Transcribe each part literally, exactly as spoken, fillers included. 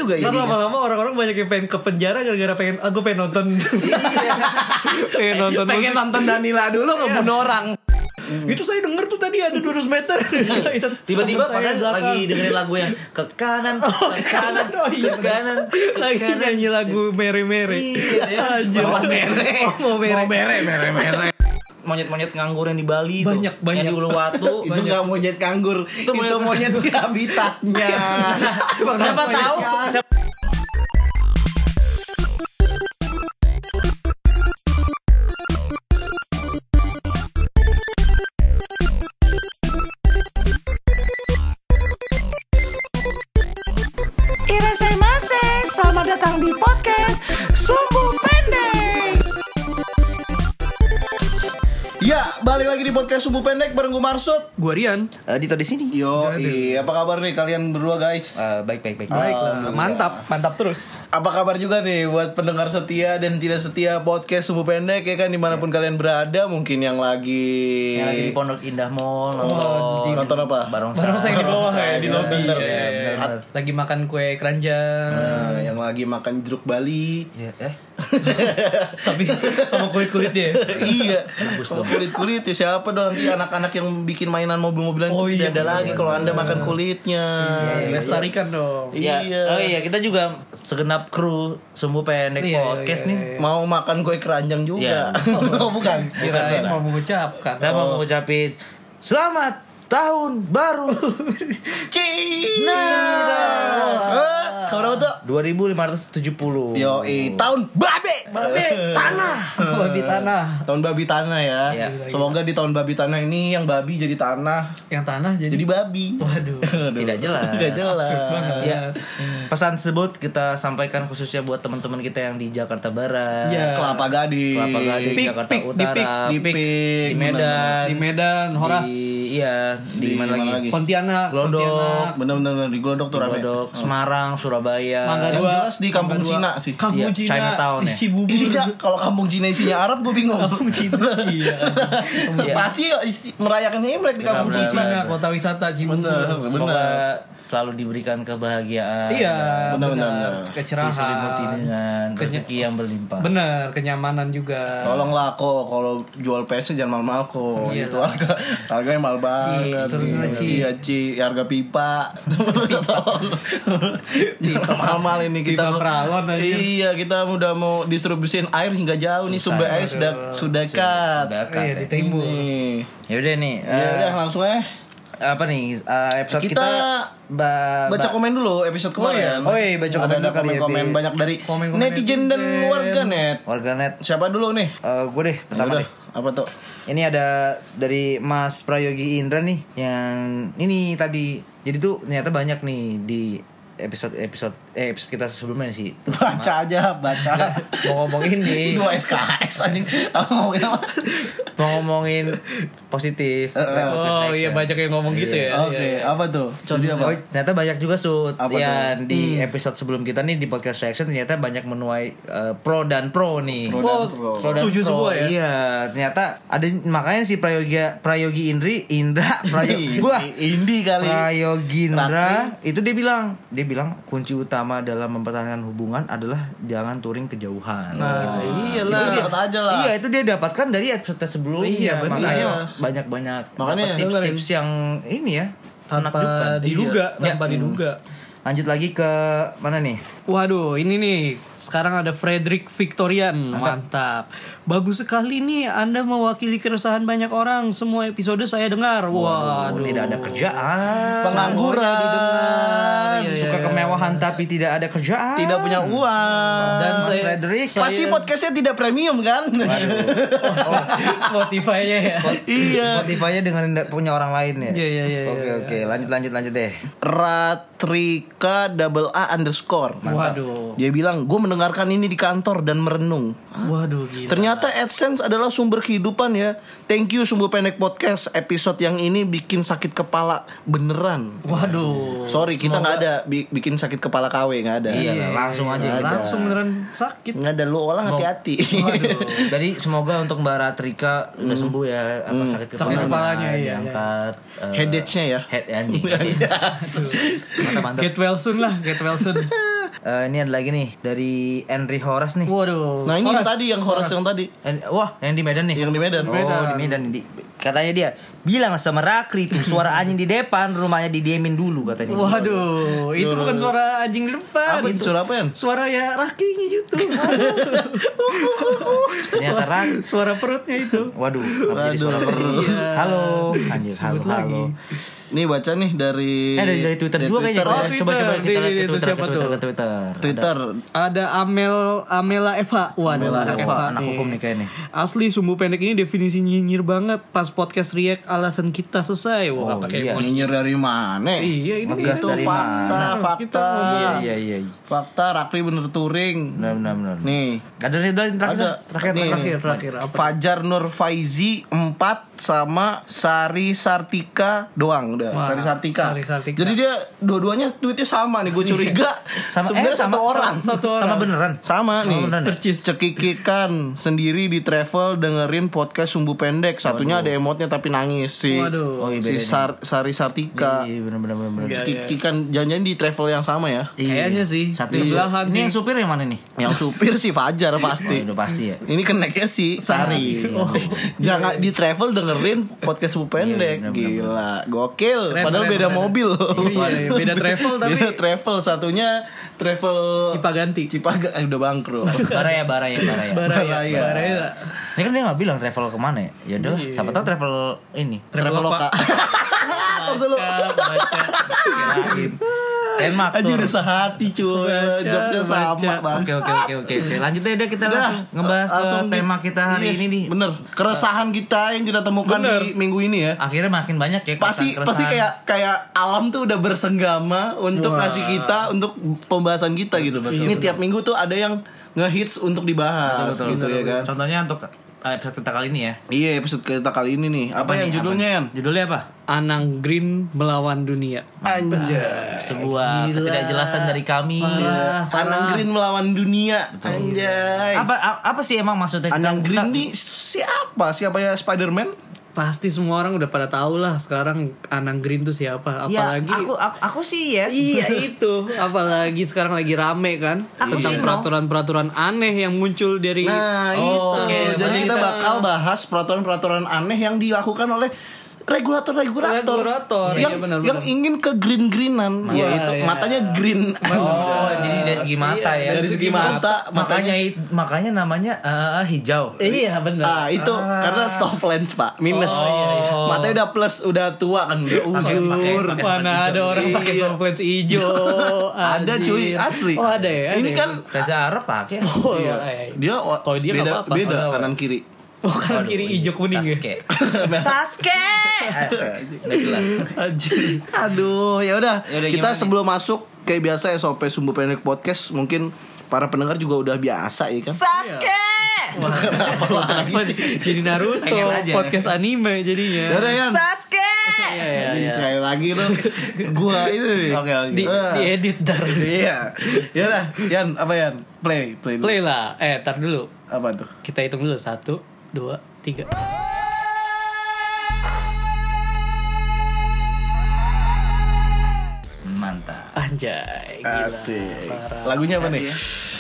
juga ya. Lama-lama orang-orang banyak yang pengen ke penjara gara-gara pengen aku pengen nonton. pengen nonton pengen nonton Danila dulu ngebunuh orang. Hmm. Itu saya denger tuh tadi ada dua ratus meter. Tiba-tiba padahal lagi dengerin lagu yang ke kanan, ke kanan, oh, iya, ke kanan, lagi nyanyi lagu mere-mere. Iya, anjir. Mas mere. Oh, mau mere. Mau mere mere mere. Monyet-monyet nganggur yang di Bali banyak, tuh, banyak. yang di Uluwatu. Itu nggak monyet nganggur, itu monyet, itu monyet di habitatnya. Siapa tahu? Siapa Irasemase, selamat datang di podcast Sumbu Pendek. Ya, balik lagi di podcast Sumbu Pendek bareng gue Marsud, Gua Rian. uh, Dito di sini? Yo, apa kabar nih kalian berdua guys? Uh, baik baik baik. Baik lah, mantap, mantap terus. Apa kabar juga nih buat pendengar setia dan tidak setia podcast Sumbu Pendek ya kan dimanapun ya. Kalian berada, mungkin yang lagi yang lagi di Pondok Indah Mall nonton, oh, nonton apa? Barongsai. Barongsai di bawah ya, di lobby. Bener, Ya, ya, bener. Lagi makan kue keranjang. Nah, yang lagi makan jeruk Bali. Ya, eh. Tapi sama kulit-kulitnya. Iya. Sama kulit-kulit ya siapa dong nanti anak-anak yang bikin mainan mobil-mobilan oh, itu iya, tidak ada lagi kalau Anda makan kulitnya. Iya, lestarikan dong. Ya, Iya. oh iya, kita juga segenap kru Sumbu Pendek Iya, podcast iya, nih. iya. Mau makan kue keranjang juga. Iya. Oh, bukan. Kirain mau mengucapkan. Kita mau mengucapin selamat tahun baru Cina. Eh, berapa tuh? dua ribu lima ratus tujuh puluh. Yo, tahun babe, babe tanah. Babi tanah. Tahun babi tanah ya. Iya. Semoga di tahun babi tanah ini yang babi jadi tanah, Yang tanah jadi, jadi babi. Waduh. Tidak jelas. Tidak jelas. Absurd banget. Ya, pesan tersebut kita sampaikan khususnya buat teman-teman kita yang di Jakarta Barat, Ya. Kelapa Gading, Kelapa Gading, Pik, Jakarta Pik, di Utara, Pik, di Pik, di Medan, Di Medan, Horas, di, iya, di, Di mana mana lagi? lagi? Pontianak, Glodok. Pontianak, Bener-bener di Glodok tuh rame. Glodok, Semarang, Surabaya. Mangga Yang Dua, jelas di Kampung Mangga Dua. Cina sih. Kampung Iya, Cina, Chinatown ya. isi bubur. Isinya kalau Kampung Cina isinya Arab gue bingung. Kampung Cina, iya. Iya. Pasti isi- merayakan Imlek di Kampung Benar, Cina. Cina, kota wisata Cibubur. Bener. Semoga selalu diberikan kebahagiaan. Iya, Benar-benar. benar. Kecerahan. Diselimuti dengan Kenya- rezeki yang berlimpah. Bener, kenyamanan juga. Tolonglah kok kalau jual P S jangan mahal-mahal kok. Iya Itu lah. harga harganya mahal banget. turunlah, Ci. Iya, Ci, harga pipa. Tolong. Jangan mahal-mahal ini kita. Pipa peralon aja. Iya, kita udah mau distribusin air hingga jauh nih, sumber air sudah sudah dekat. Sudah dekat, Iya, ya. di timur. Nih. Ya udah nih. Ya eh, udah langsung aja. apa nih eh, episode Kita kita, ba- Baca ba- komen dulu episode kemarin. Oh iya, baca komen Ada dulu kali ya, komen-komen Bi. banyak dari Komen-komen netizen dan netizen. warganet. warganet. Siapa dulu nih? Eh, gue deh pertama Yaudah, deh. apa tuh? Ini ada dari Mas Prayogi Indra nih yang ini tadi. Jadi tuh ternyata banyak nih di episode episode eh episode kita sebelumnya sih. Baca aja, baca. Mau ngomongin nih. Dua S K S anjing. Apa ngomongin apa? Mau ngomongin positif. Oh iya, banyak yang ngomong gitu ya. Oke, Iya, iya. apa tuh? Jadi Oh, apa? ternyata banyak juga Sud. Apa Ya, tuh? di episode sebelum kita nih di podcast reaction ternyata banyak menuai eh, pro dan pro nih. Pro Kok dan pro. Pro dan setuju pro. semua ya? Iya, ternyata ada makanya si Prayogi Prayogi Indri Indra Prayogi gua Indi kali. Prayogi Indra itu dia bilang, dia bilang kunci utama dalam mempertahankan hubungan adalah jangan touring kejauhan. Nah, Itu iyalah. dia dapat aja lah. Iya, itu dia dapatkan dari episode sebelumnya. Iya, benar. Makanya banyak-banyak Makanya dapat tips-tips yang ini ya Tanpa menakjubkan. diduga, Iya. tanpa Ya. diduga. Lanjut lagi ke mana nih? Waduh, ini nih sekarang ada Frederick Victorian, mantap. Bagus sekali nih, Anda mewakili keresahan banyak orang. Semua episode saya dengar. Waduh, Oh, tidak ada kerjaan. Pengangguran. didengar. Iya, Suka iya. kemewahan tapi tidak ada kerjaan. Tidak punya uang. Dan Mas saya Frederick. Pasti podcastnya tidak premium kan? Spotify-nya ya. Iya. Spotify-nya dengan tidak punya orang lain ya. Iya, iya, iya, Oke iya. oke, lanjut lanjut lanjut deh. Ratrika double A underscore. Waduh. Dia bilang, gue mendengarkan ini di kantor dan merenung. Waduh, gila. Ternyata AdSense adalah sumber kehidupan ya. Thank you Sumbu Pendek Podcast. Episode yang ini bikin sakit kepala beneran. Waduh. Sorry, kita nggak ada bi- bikin sakit kepala K W, nggak ada. Iya, langsung aja. Nggak ada. Langsung beneran sakit. Nggak ada, lu olah hati-hati. Waduh. Jadi semoga untuk Mbak Ratrika udah sembuh ya apa sakit kepalanya. Sakit kepalanya, iya, diangkat. eh, Headache-nya ya. Head anjing. Mantap mantap. Get well soon lah, get well soon. Eh, ini ada lagi nih dari Henry Horace nih. Waduh. Nah ini yang Horas, tadi yang Horas yang tadi. En- Wah, yang di Medan nih. Yang di Medan. Oh, Medan. di Medan. Di, katanya dia bilang sama Rakri tuh suara anjing di depan rumahnya didiemin dulu katanya. Waduh, itu bukan suara anjing di depan. Apa itu suara apa, Yan? Suara ya rakinya gitu. Ternyata Rakri. Suara perutnya itu. Waduh, kenapa jadi suara perut? Iya. Halo, anjir, halo, Sebut halo. lagi. Nih baca nih dari Eh dari, dari Twitter dari juga kayaknya. Twitter Oh, ya. Coba coba Twitter. kita lihat Di- ke itu Twitter, siapa ke Twitter, tuh? ke Twitter. Twitter. Ada Amel Amela Eva. Waduh, Amela Ada, Eva. Wah, anak hukum nih kayaknya. Asli sumbu pendek ini definisi nyinyir banget. Pas podcast react alasan kita selesai. Wah, Oh, pakai iya. emoji. Nyinyir dari mana? Iya, ini Ngegas Itu dari fakta, mana? fakta. Kita ngomong. Iya iya iya. iya. Fakta Rakli bener touring. Benar benar benar. Nih, Ada nih udah terakhir. ada Terakhir nih, terakhir. nih. terakhir. Apa? Fajar Nur Faizi empat sama Sari Sartika doang udah. Wah, Sari Sartika. Sari Sartika. Jadi dia dua-duanya tweetnya sama nih. Gue curiga Sama sebenarnya eh, sama satu orang. Satu orang. Sama beneran. Sama nih. beneran ya? Percis. Cekikikan sendiri di travel dengerin podcast sumbu pendek. Satunya ada emotnya tapi nangis si Waduh. Oh, iya, si beda Sar- Sari Sartika. Iya benar benar benar. benar. Iya. Cekikikan jangan-jangan di travel yang sama ya. Kayaknya sih. Satu Sebelahan ini sih. yang supir yang mana nih? Yang supir si Fajar pasti. Oh, udah pasti ya. Ini keneknya si Sari. Oh. Jangan di travel dengerin podcast sumbu pendek. Iya, benar, Gila, gokil. Keren, Padahal keren, beda keren. mobil. Iya, iya, beda travel tapi Beda travel, satunya travel Cipaganti. Cipaga eh, udah bangkrut. Baraya baraya baraya. Baraya. Baraya. Baraya. Ini kan dia nggak bilang travel kemana ya? Ya udah, Iya. siapa tahu travel ini. Traveloka. Terus lu Baca, baca. Kirain. Denmark aja tour. udah sehati cuy. Baca, Jobsnya sama baca. bang. Oke oke oke oke oke. Lanjut deh deh kita langsung ngebahas ke di- tema kita hari iya, ini nih. Bener. Keresahan kita yang kita temukan Bener. di minggu ini ya. Akhirnya makin banyak ya Pasti keresahan-keresahan. pasti kayak kayak alam tuh udah bersenggama untuk Wah. ngasih kita untuk pembahasan kita gitu. betul, Ini betul. tiap minggu tuh ada yang ngehits untuk dibahas Betul, gitu betul. ya kan. Contohnya untuk uh, episode kita kali ini ya. Iya episode kita kali ini nih. Apa, yang nih? judulnya Yan? Judulnya apa? Anang Green melawan dunia. Anjay. Sebuah Gila. ketidakjelasan dari kami. Parah. Anang Green melawan dunia. Anjay. Apa a- apa sih emang maksudnya? Anang Kita- Green kita- nih siapa? Siapa ya Spider-Man? Pasti semua orang udah pada tahu lah sekarang Anang Green tuh siapa. Ya, Apalagi aku, aku aku sih yes. Iya itu. Apalagi sekarang lagi rame kan Aku tentang sih no. peraturan-peraturan aneh yang muncul dari Nah Oh, itu. oke. Jadi Makanya kita kita- bakal bahas peraturan-peraturan aneh yang dilakukan oleh regulator-regulator Regulator, yang, iya benar, yang benar. ingin ke green-greenan, Iya, yaitu iya. matanya green. Oh, jadi dari segi mata ya. Dari segi mata, makanya makanya namanya uh, hijau. Iya benar. Ah itu karena soft lens pak, minus. Oh, iya, iya. Matanya udah plus, udah tua kan, udah Pakai- uzur. pakai- pakai- Mana hijau. ada orang pakai Iya. soft lens hijau. Ada cuy, Anjir. asli. Oh ada ya. Ini ada kan ya? Reza Arab pakai. Oh, iya, iya. dia wa- Kalau dia beda nggak apa-apa. beda Oh, kanan kiri. Oh kanan Aduh, kiri hijau kuning ya. Sasuke. Sasuke. Nggak jelas. Anjir. Aduh, ya udah. Yaudah, Kita gimana sebelum masuk kayak biasa S O P Sumbu Pendek Podcast, mungkin para pendengar juga udah biasa ya kan. Sasuke. Apa lagi Apa sih? sih? Jadi Naruto Pengen aja. podcast anime jadinya. Ya udah Yan. Sasuke. Iya iya Jadi iya. sekali lagi tuh gua ini nih. Oke oke. Di Ah. diedit dar. Iya. Ya udah, Yan, apa Yan? Play, play. dulu. Play lah. Eh, tar dulu. Apa tuh? Kita hitung dulu satu, dua, tiga. Mantap. Anjay, gila. Asik. Parah. Lagunya apa nih?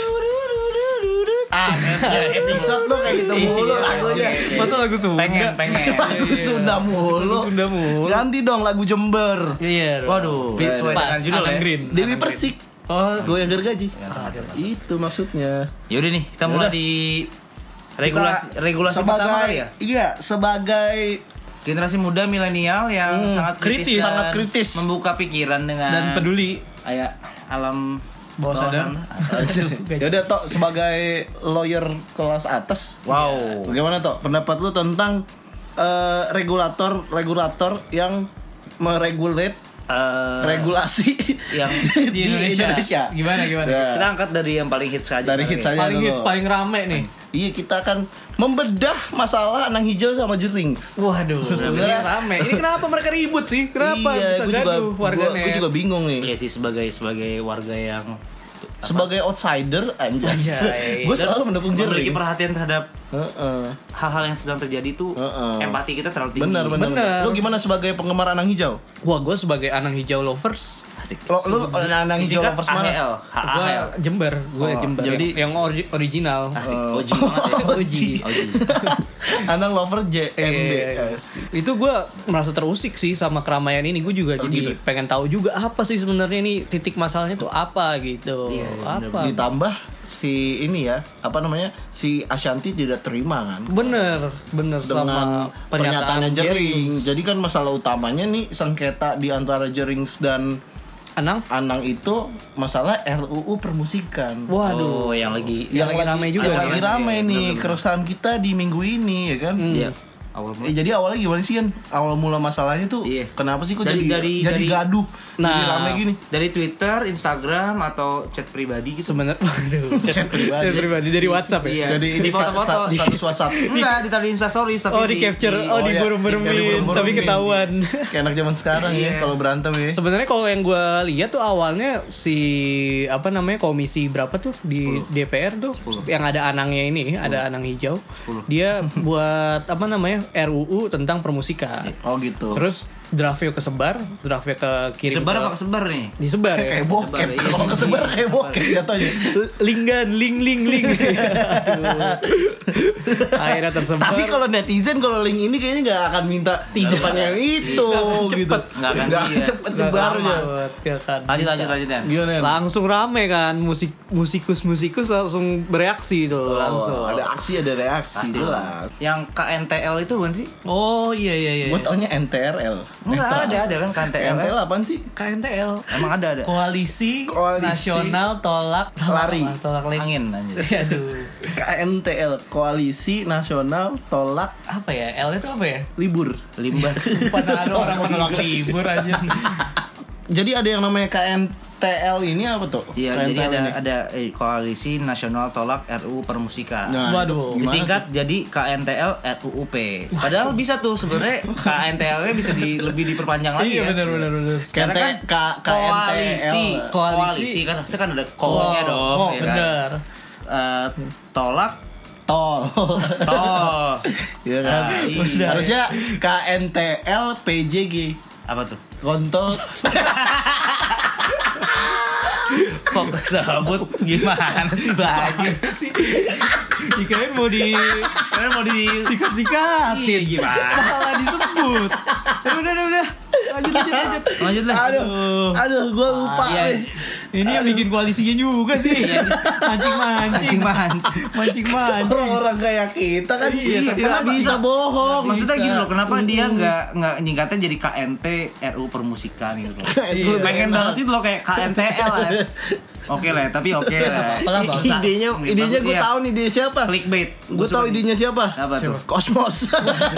Ah, episode lo kayak gitu mulu lagunya. Masa lagu Sunda? Pengen pengen. Lagu Sunda mulu. Lagu Sunda mulu. Ganti dong lagu Jember. Iya. Waduh, Pas, sesuai dengan judul Anang ya. Green. Dewi Anang Persik. Oh, Gue yang gergaji. Ah, Itu maksudnya. Yaudah nih, kita mulai Yaudah. di regulasi Kita regulasi sebagai pertama kali ya. Iya, sebagai Generasi muda milenial yang Hmm, sangat kritis, kritis. dan Sangat kritis. membuka pikiran dengan dan peduli. kayak alam Bawah sadar. ya udah Tok sebagai lawyer kelas atas. Wow. Bagaimana Tok pendapat lu tentang eh, regulator regulator yang meregulate Eh, regulasi yang Di Indonesia. Gimana, gimana? Ya. kita angkat dari yang paling hits aja. Dari sebenarnya. hits aja. Paling dulu. hits, paling rame nih. Iya kita akan membedah masalah Anang Hijau sama Jering. Waduh, Sebenarnya- ini rame. Ini kenapa mereka ribut sih? Kenapa Iya, bisa gua juga, gaduh gua, warganet? gua juga bingung nih. Iya sih sebagai sebagai warga yang sebagai outsider anjay. Gue selalu mendukung memiliki Jering. perhatian terhadap Heeh. hal-hal yang sedang terjadi tuh. Heeh. Empati kita terlalu tinggi. Benar, benar. Benar. Lu gimana sebagai penggemar Anang Hijau? Wah, gue sebagai Anang Hijau lovers, Asik. Lo lu Anang Hijau Disingkat lovers A H mana? L. H A gue H L. Jember, gue Oh, Jember. jadi- yang, yang ori- original. Asik. Oh. Oji banget ya. Oji. Oji. Anang lover J M D. Eh, Asik. itu gue merasa terusik sih sama keramaian ini. Gue juga Oh, jadi gitu. pengen tahu juga apa sih sebenarnya nih titik masalahnya tuh apa gitu. Iya, apa? Ditambah si ini ya, apa namanya? Si Ashanti tidak terima kan Bener, bener dengan sama pernyataan pernyataannya Jering. Jering. Jadi kan masalah utamanya nih sengketa di antara Jerings dan Anang. Anang itu masalah R U U permusikan. Waduh, Oh, yang lagi yang lagi ramai juga yang nih. lagi ramai Iya, nih bener-bener. keresahan kita di minggu ini ya kan. Iya. Awal Eh, jadi awalnya gimana sih kan? Awal mula masalahnya tuh Iya. kenapa sih kok Dari- jadi dari- jadi dari- gaduh, jadi Nah, ramai gini? dari Twitter, Instagram atau chat pribadi gitu. sebenarnya waduh, Chat pribadi. chat pribadi dari WhatsApp ya. Iya. Jadi ini Di foto-foto, sta- sta- di- status WhatsApp. Enggak, ditaruh di Insta Stories tapi Oh, di capture, oh, oh, di iya. burung-burungin, Di-burung-burungin. tapi ketahuan. Kayak anak zaman sekarang ya kalau berantem ya. Sebenarnya kalau yang gue lihat tuh awalnya si apa namanya komisi berapa tuh di D P R tuh yang ada anangnya ini, ada anang hijau. Dia buat apa namanya R U U tentang permusikan. Oh gitu. Terus draftnya kesebar, draftnya ke kirim sebar ke- apa kesebar nih? disebar ya. Kayak bokep. Sebar, iya, Kalau sih. kesebar kayak bokep jatuhnya. Linggan, ling ling ling. Aduh. Akhirnya tersebar. Tapi kalau netizen kalau link ini kayaknya nggak akan minta secepatnya yang itu gitu. Nggak akan iya. cepet Nggak nyebarnya. lama, ya kan. Lanjut lanjut lanjut Dan. Gimana? Nen? Langsung rame kan musik musikus-musikus langsung bereaksi tuh langsung. Oh, ada aksi ada reaksi Pasti jelas. Yang K N T L itu bukan sih? Oh iya iya iya. Gue taunya N T R L. Enggak ada ada kan K N T L. N T R L apaan sih? K N T L. Emang ada ada. Koalisi, Koalisi Nasional Tolak Lari. apa? Tolak lari. Angin anjir. Aduh. K N T L Koalisi Nasional Tolak Apa ya? L itu apa ya? Libur. Limbah. Pada ada orang menolak libur aja. Jadi ada yang namanya K N T L ini apa tuh? Iya, K N T L jadi ada ini. ada eh, Koalisi Nasional Tolak R U U Permusikan. Nah, Waduh. itu gimana Disingkat jadi K N T L R U U P. Padahal bisa tuh sebenarnya K N T L-nya bisa di, lebih diperpanjang lagi Iya ya. benar benar benar. Sekarang kan K- K- K N T L. koalisi, Koalisi. koalisi kan harusnya kan ada ko-nya Oh, dong, oh, ya kan? benar. Eh, tolak Tol. tol. Iya kan? Ah, iya. Harusnya K N T L P J G. Apa tuh? Kontol. Kok kesebut gimana sih baju sih. Dikirain mau di kan mau di sikat-sikatin. Iya, gimana? Malah disebut. Udah udah udah, udah. Lanjut lanjut lanjut. Lanjut lah. Aduh, aduh, gue lupa. Iya. nih. Ini yang bikin koalisinya juga sih. Mancing-mancing. Mancing-mancing. Mancing-mancing. Orang-orang kayak kita kan Iya, tapi nggak kenapa- bisa bohong. Maksudnya bisa. gini loh, kenapa dia nggak nggak nyingkatnya jadi K N T R U Permusikan gitu loh. Itu Iya. Pengen enak. banget itu loh kayak K N T L lah. Oke lah, tapi oke lah. Apalah, Bang. Usah. Idenya, idenya gue Iya. tahu nih dia siapa. Clickbait. Gue tahu idenya siapa. Apa tuh? Kosmos.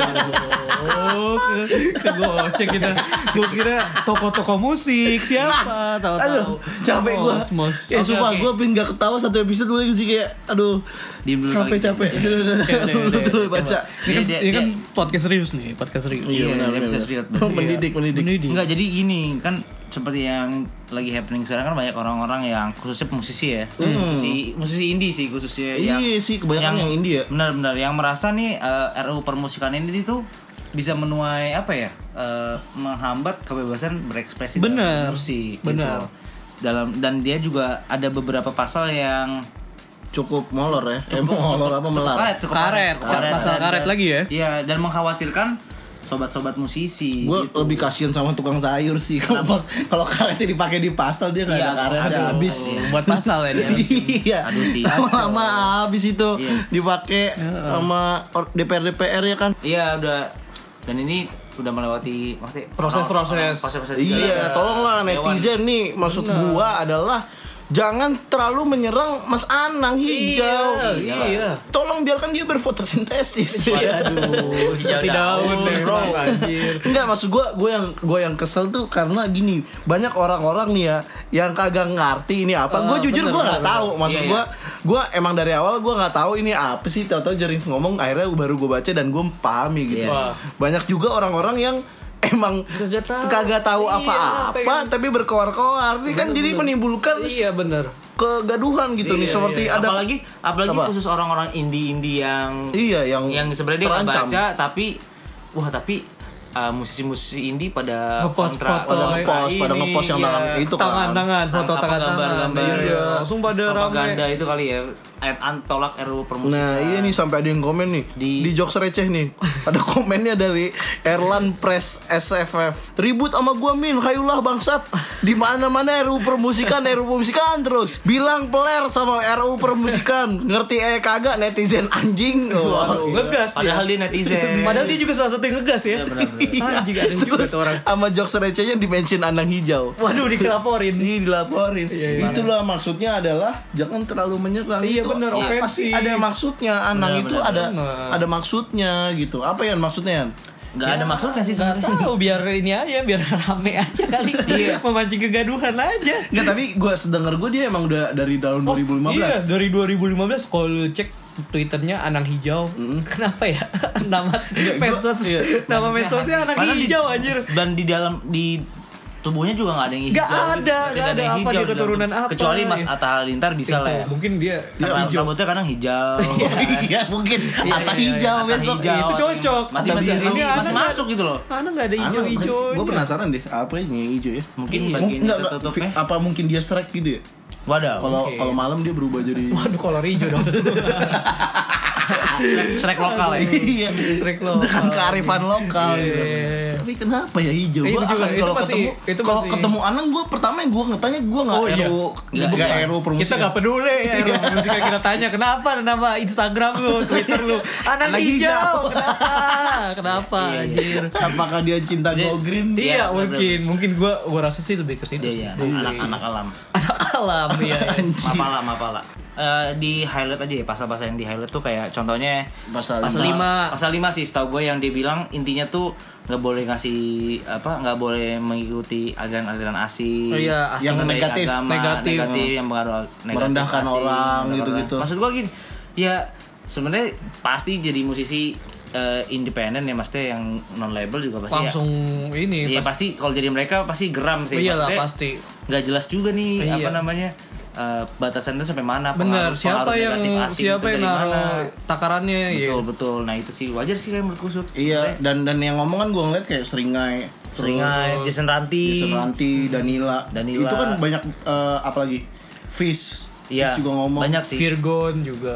Oh, ke, ke gocek kita. Gue kira toko-toko musik siapa? Tahu-tahu. Aduh, capek gue. Kosmos. Ya Oke, sumpah oke. gue pengen gak ketawa satu episode gue sih kayak aduh Diem dulu capek lagi. capek. Udah, udah, udah. Oke, udah, Dulu, udah, dulu udah, baca. Ini kan, Dia- ini kan dia- podcast serius nih, podcast serius. Iya, benar, dia benar, bisa benar. serius. Mendidik, mendidik. Mendidik. Enggak, jadi gini kan seperti yang lagi happening sekarang kan banyak orang-orang yang khususnya musisi ya, musisi musisi indie sih khususnya yang Iya sih kebanyakan yang indie ya. benar-benar yang merasa nih eh, R U U Permusikan ini tuh bisa menuai apa ya eh, menghambat kebebasan berekspresi Benar, dalam musik benar. gitu. Dalam dan dia juga ada beberapa pasal yang Cukup molor ya. Eh, cukup- molor cukup- apa cukup melar? karet, cukup Karet, pasal Dan- karet dan- lagi ya? Iya, dan mengkhawatirkan sobat-sobat musisi. Gue gitu. lebih kasihan sama tukang sayur sih. Kalau pas- kalau karetnya dipakai di pasal dia nggak Iya, ada karetnya aduh. habis. Iya. Buat pasal ya dia. Iya. Aduh sih. Lama-lama habis itu Iya. dipakai sama or- D P R D P R ya kan. Iya udah, dan ini udah melewati maksudnya Proses-proses. orang- proses-proses juga. Iya, tolonglah Dewan. netizen nih. Maksud gua adalah jangan terlalu menyerang Mas Anang Hijau. Iya, iya. Tolong biarkan dia berfotosintesis. Aduh, seperti daun deh, bro. bro. Anjir. Enggak, maksud gua gua yang gua yang kesel tuh karena gini, banyak orang-orang nih ya yang kagak ngerti ini apa. Ah, Gua jujur bener, gua nggak bener, tahu. Maksud Iya, gua gua emang dari awal gua nggak tahu ini apa sih. Tahu-tahu Jering ngomong akhirnya baru gua baca dan gua pahami gitu. Iya. Wah. Banyak juga orang-orang yang emang Kagak tahu. kagak tahu Iya, apa-apa pengen- tapi berkoar-koar. Ini kan jadi menimbulkan Iya benar. kegaduhan gitu nih Iya, seperti iya. ada apalagi apalagi Apa? khusus orang-orang indie-indie yang iya yang yang sebenarnya dia nggak terancam. baca tapi wah tapi uh, musisi-musisi indie pada Ngepost kontra- foto, pada eh, ngepost, pada ini, ngepost yang iya. tangan itu kan. Tangan-tangan, foto Apa tangan-tangan. gambar-gambar Iya, langsung pada propaganda rame. itu kali ya ayat antolak R U U permusikan. Nah iya nih sampai ada yang komen nih di, Di- jokes receh nih. Ada komennya dari Erlan Press S F F. Ribut sama gua Min, hayulah bangsat. Di mana-mana R U U permusikan, R U U permusikan terus. Bilang peler sama R U U permusikan. Ngerti eh kagak netizen anjing. Oh, Waduh, ngegas dia. Padahal dia netizen. Padahal dia juga salah satu yang ngegas ya. Iya, benar-benar. Anjing ada juga Terus tuh orang. sama jokes recehnya dimention Anang Hijau. Waduh dikelaporin. Ini dilaporin. Iya, iya. Itulah maksudnya adalah jangan terlalu menyerang. Iya, Itu benar, pasti ofensif. ada maksudnya. Anang Benar, itu benar, ada benar. ada maksudnya gitu. Apa ya maksudnya Yan? Nggak ada maksudnya sih Nggak sebenarnya. tahu biar ini aja biar rame aja kali. Iya. Memancing kegaduhan aja. Enggak, tapi gue sedengar gue dia emang udah dari tahun dua ribu lima belas. Iya, dari dua ribu lima belas kalau lu cek Twitternya Anang Hijau. Kenapa ya? Nama medsos iya. nama medsosnya Anang Padahal di- Hijau anjir. Dan di dalam di tubuhnya juga nggak ada yang hijau. Nggak ada, gitu. nggak Tidak ada yang apa dia di dalam keturunan tubuh. apa. Kecuali Mas Atta Halilintar bisa lah ya. Mungkin dia Kan hijau. rambutnya kadang hijau. Iya, mungkin Iya, Atta iya, iya, hijau Atta besok. hijau. Itu cocok. Masih Tapi masih, ini masih, Ana masih nggak- masuk gitu loh. Ana nggak ada hijau-hijau. Gue penasaran deh, apa ini yang hijau ya? Mungkin Iya. bagian Enggak, tertutupnya. apa mungkin dia Shrek gitu ya? Waduh. Kalau Oke. kalau malam dia berubah jadi Waduh kolor hijau dong. Shrek, Shrek lokal ya. Iya, Shrek lokal. dengan kearifan lokal. Iya, gitu. iya, iya. Tapi kenapa ya hijau? Eh, itu Gua juga, akan itu kalau masih- ketemu, itu kalau masih- ketemu Anang gue pertama yang gue ngetanya gue nggak Oh, iya. R U Nggak, nggak bukan. R U U permusikan. Kita gak peduli ya musik kita tanya kenapa nama Instagram lu, Twitter lu Anang Anak hijau. hijau. Kenapa? Kenapa Iya, iya. anjir? Apakah dia cinta Dia- go green? Iya, Iya, mungkin, mungkin gua gua rasa sih lebih ke situ Iya, sih. iya, anak-anak alam. Anak alam ya. Mapala, mapala. Eh, di highlight aja ya pasal-pasal yang di highlight tuh kayak contohnya Pasal Pasal lima. pasal lima sih setahu gue yang dia bilang intinya tuh nggak boleh ngasih apa nggak boleh mengikuti aliran-aliran asing Oh iya, asing. Yang mengenai negatif. agama, Negatif. yang pengaruh negatif Merendahkan asing, orang, merendahkan gitu-gitu. orang. Maksud gue gini ya sebenarnya pasti jadi musisi eh, independen ya maksudnya yang non label juga pasti Langsung ya, ini Iya pasti kalau jadi mereka pasti geram sih. Oh iyalah, Maksudnya pasti. nggak jelas juga nih Iya. apa namanya eh, batasan itu sampai mana. Bener, pengaruh- siapa pengaruh yang negatif asing siapa itu yang dari naruh mana. takarannya ya. Betul betul. Nah itu sih wajar sih kayak menurutku Sud. Iya, dan dan yang ngomong kan gue ngeliat kayak Seringai, Seringai, Jason Ranti. Jason Ranti, Danila. Danila. Itu kan banyak eh, apa lagi? Fish. Iya. Fish juga ngomong. Banyak sih. Virgon juga.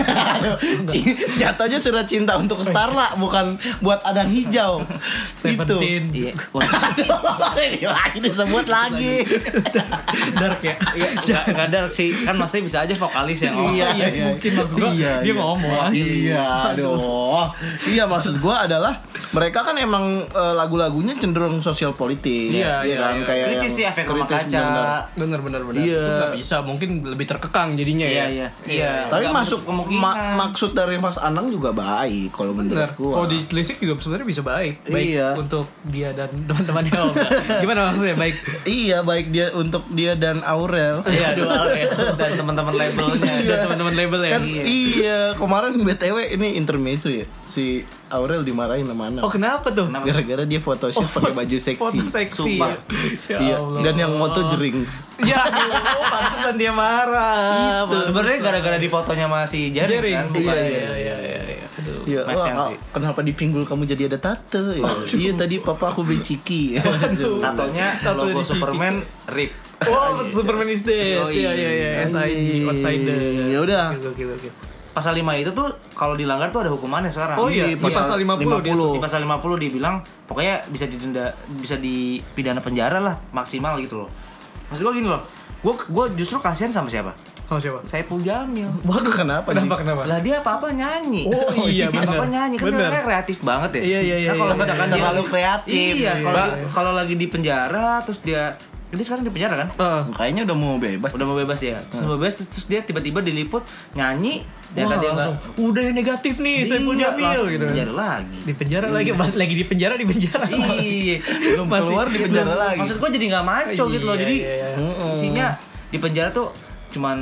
Ci- Jatuhnya surat cinta untuk Starla bukan buat Adang Hijau. Seventeen. Iya. Wah, Itu lagi disebut lagi. Dark ya. Iya, nggak nggak ada sih. Kan maksudnya bisa aja vokalis yang ngomong. Iya, iya, iya. mungkin maksud gua Iya, dia iya. ngomong. Iya, aduh. Iya, maksud gua adalah mereka kan emang eh, lagu-lagunya cenderung sosial politik. Iya, iya, kan iya. kayak Kritis yang sih efek rumah kritis kaca. benar-benar. Bener bener bener. Iya. Itu nggak bisa, mungkin lebih terkekang jadinya Iya, ya. iya. Iya. Tapi Nggak masuk menutup kemungkinan. ma- maksud dari Mas Anang juga baik kalau menurut Bener. gua. Kalau ditelisik juga sebenarnya bisa baik. Baik Iya. untuk dia dan teman-temannya. Oh, enggak. Gimana maksudnya baik? Iya, baik dia untuk dia dan Aurel. Iya, dua ya. Dan teman-teman labelnya. Dan teman-teman label ya. Kan iya, kemarin B T W ini intermezzo ya. Si Aurel dimarahin sama Anang. Oh kenapa tuh? Kenapa? Gara-gara dia photoshoot pakai baju seksi. Foto seksi. Sumpah. Ya Iya, Allah. dan yang moto jering. Ya, aduh, pantesan dia marah. Sebenarnya gara-gara di fotonya masih Jerry Jering. kan. Iya, bukan? iya, iya, iya, iya. Aduh. Iya, Make wah, sense ah, sih. kenapa di pinggul kamu jadi ada tato? Ya, iya tadi papa aku beli ciki. Tatonya Tato logo di ciki. Superman rip. Oh, Superman is dead. Yoi. Iya, iya, iya. S I G outsider. Ya udah. Oke, oke, oke. Pasal lima itu tuh kalau dilanggar tuh ada hukumannya sekarang. Oh iya, Di di pasal lima puluh dia tuh. Di pasal lima puluh dibilang pokoknya bisa didenda bisa dipidana penjara lah maksimal gitu loh. Maksud gue gini loh. Gue gue justru kasihan sama siapa? Sama siapa? Saipul Jamil. Waduh, kenapa? Kenapa, nih? kenapa? Lah dia apa-apa nyanyi. Oh, iya, benar. Apa-apa nyanyi kan Benar. dia kreatif banget ya. Iya, iya, iya, Nah, kalau iya, misalkan iya. dia Terlalu lagi- kreatif. Iya, kalau Iya, di- iya. kalau lagi di penjara terus dia dia sekarang di penjara kan? Heeh. Kayaknya udah mau bebas. Udah mau bebas ya. Terus mau bebas terus, terus dia tiba-tiba diliput nyanyi ya Wah, kan dia langsung. nggak- Udah yang negatif nih, Saipul Iya, Jamil langsung gitu. penjara lagi. Di penjara lagi, lagi di penjara di penjara. Iya, Belum keluar di penjara belum- lagi. Maksud gua jadi nggak maco gitu loh. Iya, Jadi iya, iya. Mm-mm. isinya di penjara tuh cuman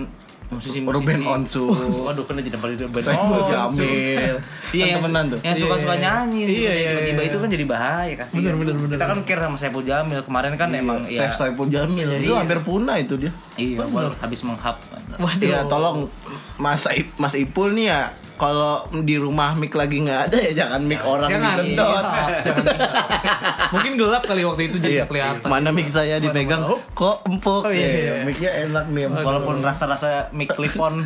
musisi-musisi. Ruben Onsu. Waduh, kena jadi paling Ruben Saiful Onsu. Jamil. Iya, yang, temenan tuh. yang suka-suka Iya, iya. nyanyi, Iya, gitu. iya, tiba-tiba iya. itu kan jadi bahaya kasih. Bener, bener, bener, Kita kan care sama Saiful Jamil kemarin kan emang ya. Chef Saiful Jamil. Itu Iya. hampir punah itu dia. Iya, wal- habis menghap. Waduh. Iya, tolong Mas Ip, Mas Ipul nih ya. Kalau di rumah mic lagi nggak ada ya jangan mic orang Jangan, disedot. iya, jangan. Mungkin gelap kali waktu itu jadi Iya. nggak kelihatan. Mana mic saya dipegang mana. kok empuk. Oh, iya, Ya, iya. Mic-nya enak nih. empuk. Walaupun rasa-rasa mic clip-on.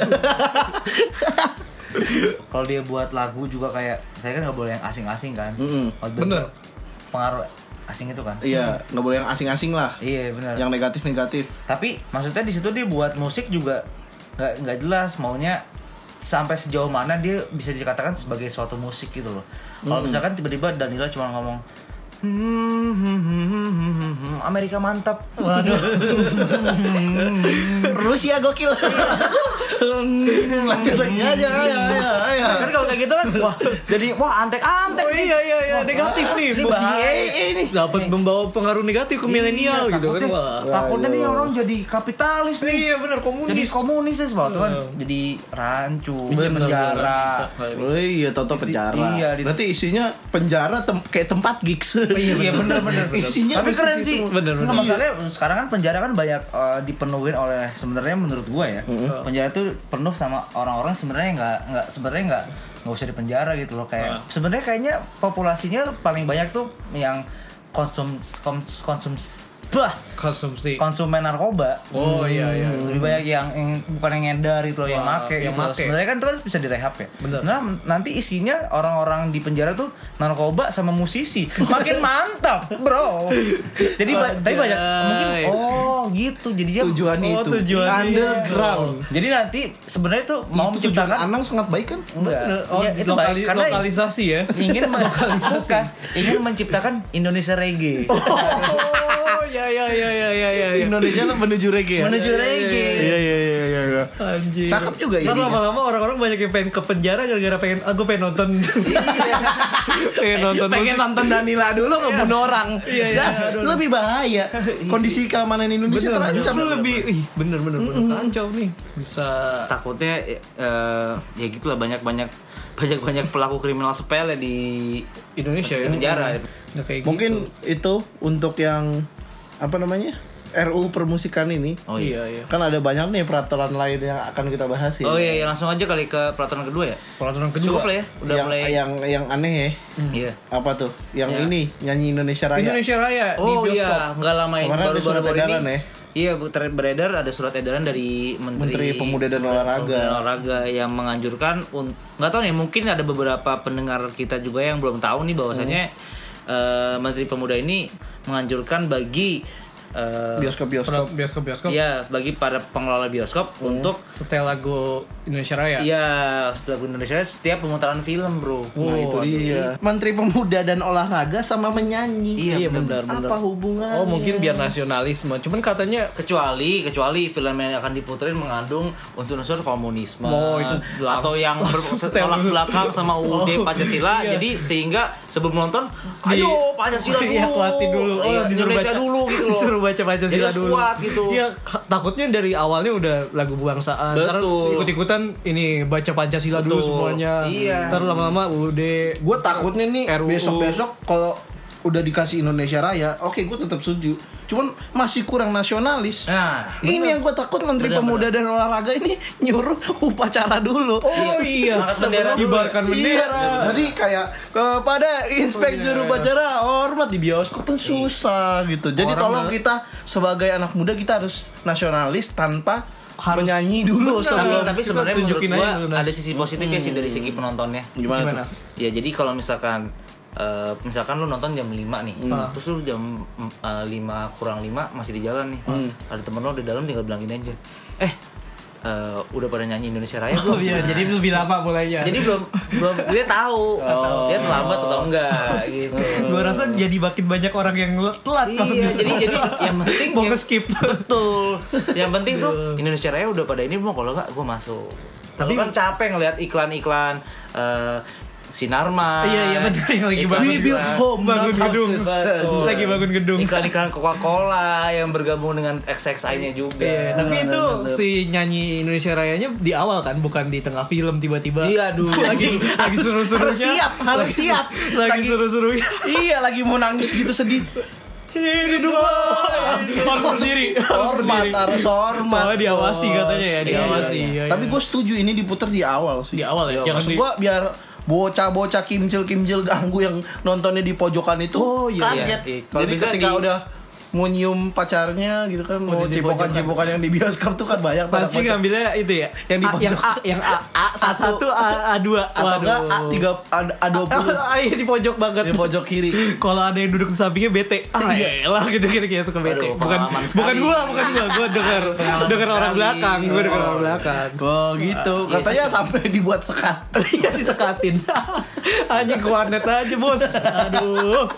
Kalau dia buat lagu juga kayak saya kan nggak boleh yang asing-asing kan. Mm-mm. Kalau Bener. Pengaruh asing itu kan. Iya, nggak boleh yang asing-asing lah. Iya benar. Yang negatif-negatif. Tapi maksudnya di situ dia buat musik juga nggak nggak jelas maunya sampai sejauh mana dia bisa dikatakan sebagai suatu musik gitu loh. Kalau misalkan tiba-tiba Danila cuma ngomong "Hmm, hmm, hmm, hmm, hmm, hmm, Amerika mantap. Waduh. Rusia gokil. Lanjut lagi aja, ayo, ayo, ayo. Kan kalau kayak gitu kan wah jadi wah antek-antek Oh nih. iya iya iya Wah, negatif wah, nih. ini Musik bahaya. A A nih dapat membawa pengaruh negatif ke milenial Iya, gitu kan. takutnya- Wah. Takutnya nih orang jadi kapitalis nih. Iya benar komunis. Jadi komunis ya sebab kan Iya. jadi rancu, Bener, penjara. Oh iya, toto penjara. Iya, di- Berarti isinya penjara tem- kayak tempat gigs. Iya bener-bener. Isinya Tapi musisi keren sih. semua. Bener, bener. Nggak, masalahnya sekarang kan penjara kan banyak uh, dipenuhin oleh sebenarnya menurut gua ya. Penjara tuh penuh sama orang-orang sebenarnya nggak nggak sebenarnya nggak nggak usah dipenjara gitu loh kayak. Sebenarnya kayaknya populasinya paling banyak tuh yang konsum kons, konsum bah konsumsi. konsumen narkoba. Oh iya iya. Lebih banyak yang, yang bukan yang ngedar itu loh, yang Wah, make yang gitu loh. make. Sebenarnya kan itu kan bisa direhab ya. Bener. Nah, nanti isinya orang-orang di penjara tuh narkoba sama musisi. Makin mantap, Bro. Jadi ba- tapi banyak mungkin oh gitu. Jadi dia Tujuan Oh, itu. tujuannya. Underground. Jadi nanti sebenarnya tuh mau Itu tujuan menciptakan Anang sangat baik kan? enggak. Oh, Ya, itu lokali- baik karena lokalisasi ya. ingin men- bukan, ingin menciptakan Indonesia reggae. Oh iya iya iya iya iya iya. Indonesia menuju reggae. ya? Menuju reggae. Iya iya iya iya. iya. Anjing. Cakep juga Ntar idenya. lama-lama orang-orang banyak yang pengen ke penjara gara-gara pengen ah gue pengen nonton. pengen nonton Pengen musik. nonton Danila dulu ngebunuh orang. Iya, iya, Das, aduh. lebih bahaya. Kondisi keamanan Indonesia Bener, terancam. justru lebih ih, bener bener bener kacau nih. Bisa Takutnya eh, ya gitulah banyak-banyak banyak-banyak pelaku kriminal sepele di Indonesia di ya. penjara. Nggak kayak Mungkin gitu. itu untuk yang apa namanya? R U permusikan ini. Oh iya iya. Kan ada banyak nih peraturan lain yang akan kita bahas ya. Oh iya, ya langsung aja kali ke peraturan kedua ya. Peraturan Cukup kedua. lah ya, udah yang, mulai. yang yang aneh ya. Iya. Apa tuh? Yang Ya. ini nyanyi Indonesia Raya. Indonesia Raya di Oh bioskop. iya, nggak lama ini Kemarin ada baru surat baru edaran ini. ya. Iya, bu- ter- beredar ada surat edaran dari Menteri, Menteri Pemuda dan Olahraga. Pemuda dan Olahraga yang menganjurkan un- nggak tahu nih, mungkin ada beberapa pendengar kita juga yang belum tahu nih bahwasanya eh, Menteri Pemuda ini menganjurkan bagi eh, Bioskop-bioskop. Bioskop bioskop. ya bagi para pengelola bioskop untuk Setel lagu Indonesia Raya. ya setelah Indonesia setiap pemutaran film, Bro. Nah itu Oh, dia. Menteri Pemuda dan Olahraga sama menyanyi. Iya benar benar. Apa hubungannya? Oh mungkin biar nasionalisme. Cuman katanya kecuali kecuali film yang akan diputerin mengandung unsur-unsur komunisme Oh, itu atau yang langsung setel bertolak dulu. belakang sama U U D Oh, Pancasila iya. jadi sehingga sebelum nonton Di- ayo Pancasila dulu Iya, kuatin dulu. Oh, Iya, disuruh Indonesia baca- dulu gitu loh Disuruh baca Pancasila Jadi harus dulu. kuat gitu. Iya, ka- takutnya dari awalnya udah lagu kebangsaan. Ntar Betul. ikut-ikutan ini baca Pancasila dulu Betul. semuanya. Iya. Ntar lama-lama U U D. Gue takutnya nih R U U. besok-besok kalau udah dikasih Indonesia Raya, oke gue tetap setuju. Cuman masih kurang nasionalis. nah Ini yang gue takut Menteri Bener, Pemuda dan Olahraga ini nyuruh upacara dulu. Oh iya, Angkat bendera dulu. Kibarkan bendera. Iya, jadi kayak kepada inspektur Oh, iya, iya. upacara hormat di bioskop pun susah gitu. Jadi Orang tolong nggak- kita sebagai anak muda kita harus nasionalis tanpa Harus- menyanyi dulu Benar. sebelum. tapi sebenarnya menurut tunjukin gua aja dulu, Nas. ada sisi positifnya sih dari segi penontonnya Gimana, Gimana? tuh? ya jadi kalau misalkan eh, misalkan lu nonton jam lima nih Hmm. terus lu jam eh, lima kurang lima masih di jalan nih Hmm. ada temen lu di dalam tinggal bilang gini aja eh eh, udah pada nyanyi Indonesia Raya belum? Oh iya, jadi lebih lama mulainya. Jadi belum belum dia tahu dia terlambat atau enggak gitu. Gua rasa jadi makin banyak orang yang telat masuk Iya, bioskop. jadi jadi yang penting mau yang- nge-skip. Betul. Yang penting tuh Indonesia Raya udah pada ini belum, kalau enggak gua masuk. Tapi Tapi- kan capek ngeliat iklan-iklan eh Sinarmas. Iya iya benar yang lagi Iklan bangun We build home, bangun not gedung. houses. Betul. Lagi bangun gedung. Iklan-iklan Coca-Cola yang bergabung dengan X X I-nya juga. Iya, tapi Bener, itu bener. si nyanyi Indonesia Rayanya di awal kan, bukan di tengah film tiba-tiba. Iya, aduh. lagi lagi Harus- seru-serunya. harus siap, harus lagi, siap. Lagi, Lagi- seru-serunya. Iya lagi mau nangis gitu sedih. Ini dua. Harus berdiri. Hormat, harus hormat. Soalnya diawasi katanya ya, Iya, diawasi. iya. Iya, Tapi iya. gue setuju ini diputar di awal sih. Di awal ya, Iya, jangan maksud di- gue biar bocah-bocah kimcil-kimcil ganggu yang nontonnya di pojokan itu Oh, iya, kaget. iya. Iya. Kalau Jadi bisa ketika di- udah mau nyium pacarnya gitu kan, mau di cipokan-cipokan yang di bioskop tuh kan banyak Pasti pada ngambilnya itu ya. Yang di A, yang pojok. A, yang A, A satu, A, A dua. atau enggak A tiga A dua puluh Ah, iya di pojok banget. di pojok kiri. Kalau ada yang duduk di sampingnya bete. Ah, elah gitu gitu kayak suka bete. Aduh, Bukan pengalaman bukan sekali. gua, bukan gua. Gua dengar dengar orang sekali. belakang, gua dengar orang belakang. Oh gitu. Katanya sampai dibuat sekat. Iya disekatin. Anjing kuanet aja, Bos. Aduh.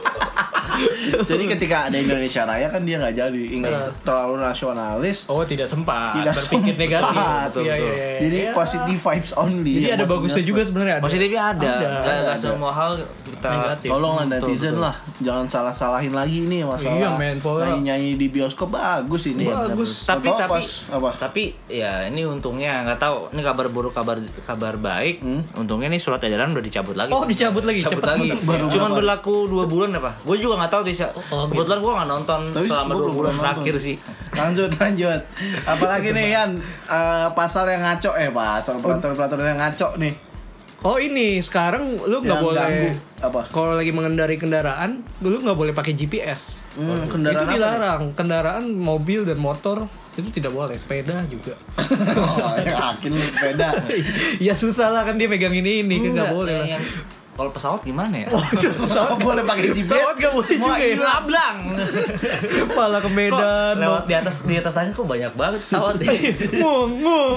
Jadi ketika ada Indonesia Raya kan dia nggak jadi ingat terlalu nasionalis. Oh, tidak sempat Tidak berpikir sempat. negatif. Betul, Iya, betul. iya, iya. Jadi Iya. positive vibes only. Jadi yang ada maksudnya bagusnya juga sebenarnya ada. Positifnya ada. Ada. Gak, gak Ada. semua hal kita Negatif. Tolonglah Betul, netizen betul. lah, jangan salah-salahin lagi nih masalah Iya, men, pokoknya- nyanyi-nyanyi di bioskop bagus ini. Bagus. Tapi Atau tapi pas, apa? tapi ya ini untungnya nggak tahu ini kabar buruk kabar kabar baik. Hmm? Untungnya nih surat edaran udah dicabut lagi. Oh, dicabut lagi. Cabut Cepet lagi. banget. Baru Cuman berapa? berlaku dua bulan apa? Gue juga nggak tahu Tisha. Oh, Kebetulan gue nggak nonton Tapi selama gua dua belum bulan nonton. terakhir sih. Lanjut lanjut. Apalagi nih Yan, Eh, pasal yang ngaco eh pasal peraturan-peraturan yang ngaco nih. Oh ini sekarang lu nggak Yang boleh ganggu. Apa? Kalau lagi mengendarai kendaraan, lu nggak boleh pakai G P S. Hmm, itu kendaraan apa dilarang. Kendaraan mobil dan motor itu tidak boleh. Sepeda juga. Oh, yakin lu sepeda. Ya susah lah kan dia megang ini ini kan nggak Enggak, boleh. yang- lah. yang- Kalau pesawat gimana ya? Pesawat boleh pakai G P S. Pesawat nggak boleh Semua juga ya. hilang. Lablang. Malah ke Medan. Kok lewat di atas di atas tadi kok banyak banget pesawat. Ngomong, ngomong.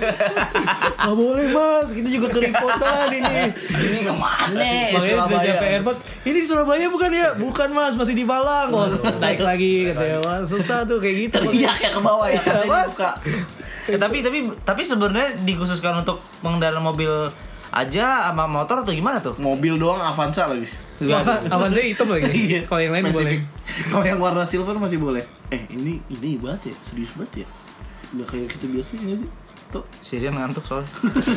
Nggak boleh mas, kita juga keripotan ini. Ini kemana? Makanya udah Surabaya. nyampe airport. Ini di Surabaya bukan ya? Bukan mas, masih di Malang. Oh, naik lagi katanya mas. Susah tuh kayak gitu. Teriak ya ke bawah ya katanya Mas. buka. Eh, tapi tapi tapi sebenarnya dikhususkan untuk pengendara mobil aja sama motor atau gimana tuh? Mobil doang Avanza lagi. Apa? Avanza hitam lagi. Iya. Kalau yang lain boleh. Spesifik. Kalau yang warna silver masih boleh. Eh, ini ini banget ya, serius banget ya. Nggak kayak kita biasa nggak sih? Tuh. Sirian ngantuk soalnya.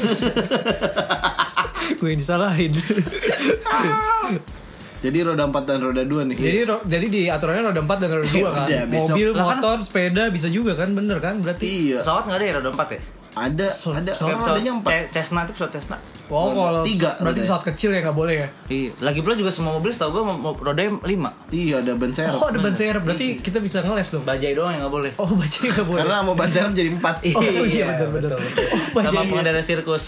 Gue yang disalahin. Jadi roda empat dan roda dua nih. Jadi ro- jadi di aturannya roda empat dan roda dua kan. Udah, besok. Mobil, Lah kan- motor, sepeda bisa juga kan? Bener kan? Berarti. Iya. Pesawat nggak ada ya roda empat ya? Ada, So- ada. so- Kayak Orang pesawat adanya empat. Ce- Cessna itu pesawat Cessna. Oh, kalau Tiga berarti rodanya. pesawat kecil ya nggak boleh ya? Iya. Lagi pula juga semua mobil setahu gue mo- rodanya lima. Iya, ada ban serep. Oh, ada ban serep. Berarti kita bisa ngeles dong. Bajai doang yang nggak boleh. Oh, baca nggak boleh. Karena mau ban serep jadi empat. Oh iya betul betul. Oh, Sama bajai. pengendara sirkus.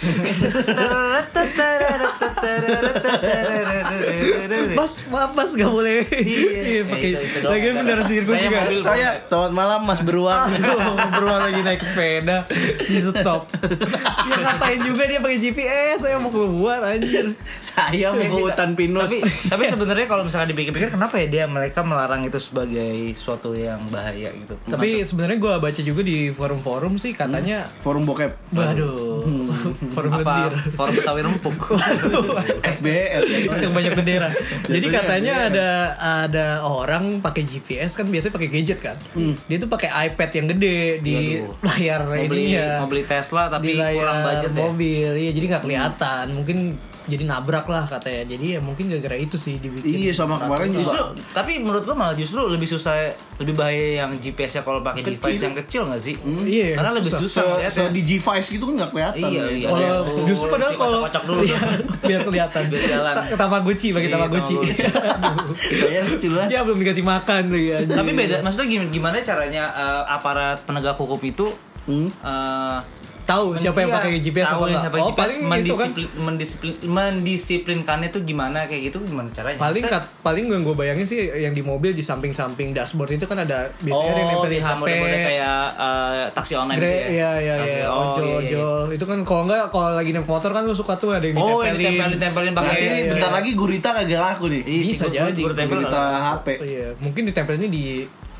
Mas, maaf mas nggak boleh. Iya, pakai. itu- itu doang. Lagi bener sirkus Saya juga. mobil Oh ya, selamat malam Mas Beruang. Beruang lagi naik sepeda di stop. Ya ngapain juga dia pakai G P S? Saya mau keluar anjir. Saya mau ke hutan pinus. Tapi tapi sebenarnya kalau misalkan dipikir-pikir kenapa ya dia mereka melarang itu sebagai suatu yang bahaya gitu. Tapi sebenarnya gue baca juga di forum-forum sih katanya. Forum bokep. Waduh, forum apa lendir. forum Betawi rempuk. F B R. Yang banyak bendera. Jadi Jatuhnya katanya F B R. ada ada orang pakai G P S kan biasanya pakai gadget kan. Dia tuh pakai iPad yang gede di Waduh. layar mau beli ininya. mau beli Tesla tapi di layar kurang budget ya. mobil. Iya, jadi nggak kelihatan. Mungkin jadi nabrak lah katanya. Jadi ya mungkin gara-gara itu sih dibikin. Iya, sama kemarin Justru, juga. tapi menurut gua malah justru lebih susah, lebih bahaya yang G P S-nya kalau pakai Kecil. device yang kecil nggak sih? Iya, Karena lebih susah. susah Se, ngeliatnya. se digivice gitu kan nggak kelihatan. Iya, iya. Kalau Oh, justru padahal si kalau kocok-kocok dulu. Iya, biar kelihatan. Biar jalan. Ke Tamagotchi pakai Iya, Tamagotchi. Kayaknya kecil lah. Dia belum dikasih makan lagi anjing. Tapi beda, maksudnya gimana, gimana caranya eh, aparat penegak hukum itu Hmm. eh, tahu siapa yang iya, pakai G P S tahu apa enggak? siapa Oh, G P S, paling itu kan mendisiplin, mendisiplin, mendisiplinkannya tuh gimana kayak gitu gimana caranya? paling Maksudnya- kat, paling yang gue bayangin sih yang di mobil di samping-samping dashboard itu kan ada biasanya ada yang oh, nempelin bisa H P. mode-mode kayak eh, taksi online Gre, gitu ya. iya iya Taksi- iya, oh, ojol iya, iya. ojol. Itu kan kalau enggak kalau lagi naik motor kan lu suka tuh ada yang Oh, yang ditempelin. ditempelin-tempelin pakai Berarti ini iya, bentar iya. lagi gurita kagak laku nih. Ih, si Bisa guru- jadi, guru tempel Gurita nggak? H P. Iya, mungkin ditempelnya di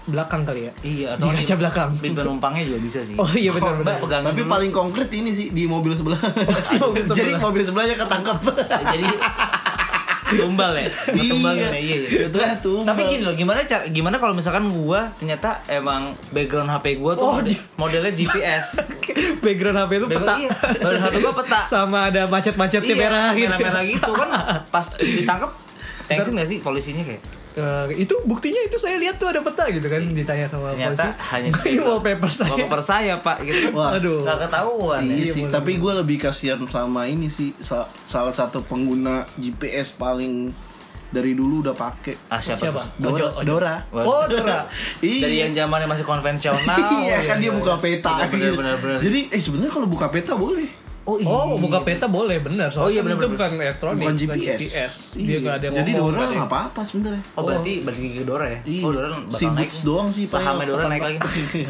belakang kali ya. Iya, Di kaca belakang. Di penumpangnya juga bisa sih. Oh iya benar-benar. Pegangin Tapi dulu. paling konkret ini sih di mobil sebelah. mobil sebelah. Jadi mobil sebelahnya ketangkep. Jadi tumbal ya, tumbal Iya. ya, iya iya. Itu tumbal. Tapi gini loh, gimana ca- gimana kalau misalkan gua ternyata emang background H P gua tuh Oh, mode- di- modelnya G P S. Background H P itu peta. Background, iya. Background H P gua peta. Sama ada macet-macetnya Iya, merah gitu. merah-merah gitu kan pas ditangkap tension nggak sih polisinya kayak Eh, itu buktinya itu saya lihat tuh ada peta gitu kan, ditanya sama ternyata polisi. hanya Ini wallpaper saya. wallpaper saya pak gitu. Wah. Aduh. Nggak ketahuan Iya ya. sih, tapi gue lebih kasihan sama ini sih sa- salah satu pengguna G P S paling dari dulu udah pakai. Ah siapa, Siapa? tuh? Dora. Ojo, Ojo. Dora. Waduh. Oh, Dora. Iya. Dari yang zamannya masih konvensional. iya kan dia buka peta. Bener, bener, gitu. bener, bener. Jadi eh sebenarnya kalau buka peta boleh. Oh iya. Oh, buka peta boleh bener. Oh, iya, Soalnya bener, itu bener. bukan elektronik, Bukan G P S. G P S. Dia Iya. nggak ada Jadi ngomong, Dora nggak ada- nggak apa-apa sebenarnya. Oh berarti balik lagi ke Dora ya? Iya. Oh Dora bakal Si naik. Boots doang sih, Sahamnya Pak. Dora naik lagi.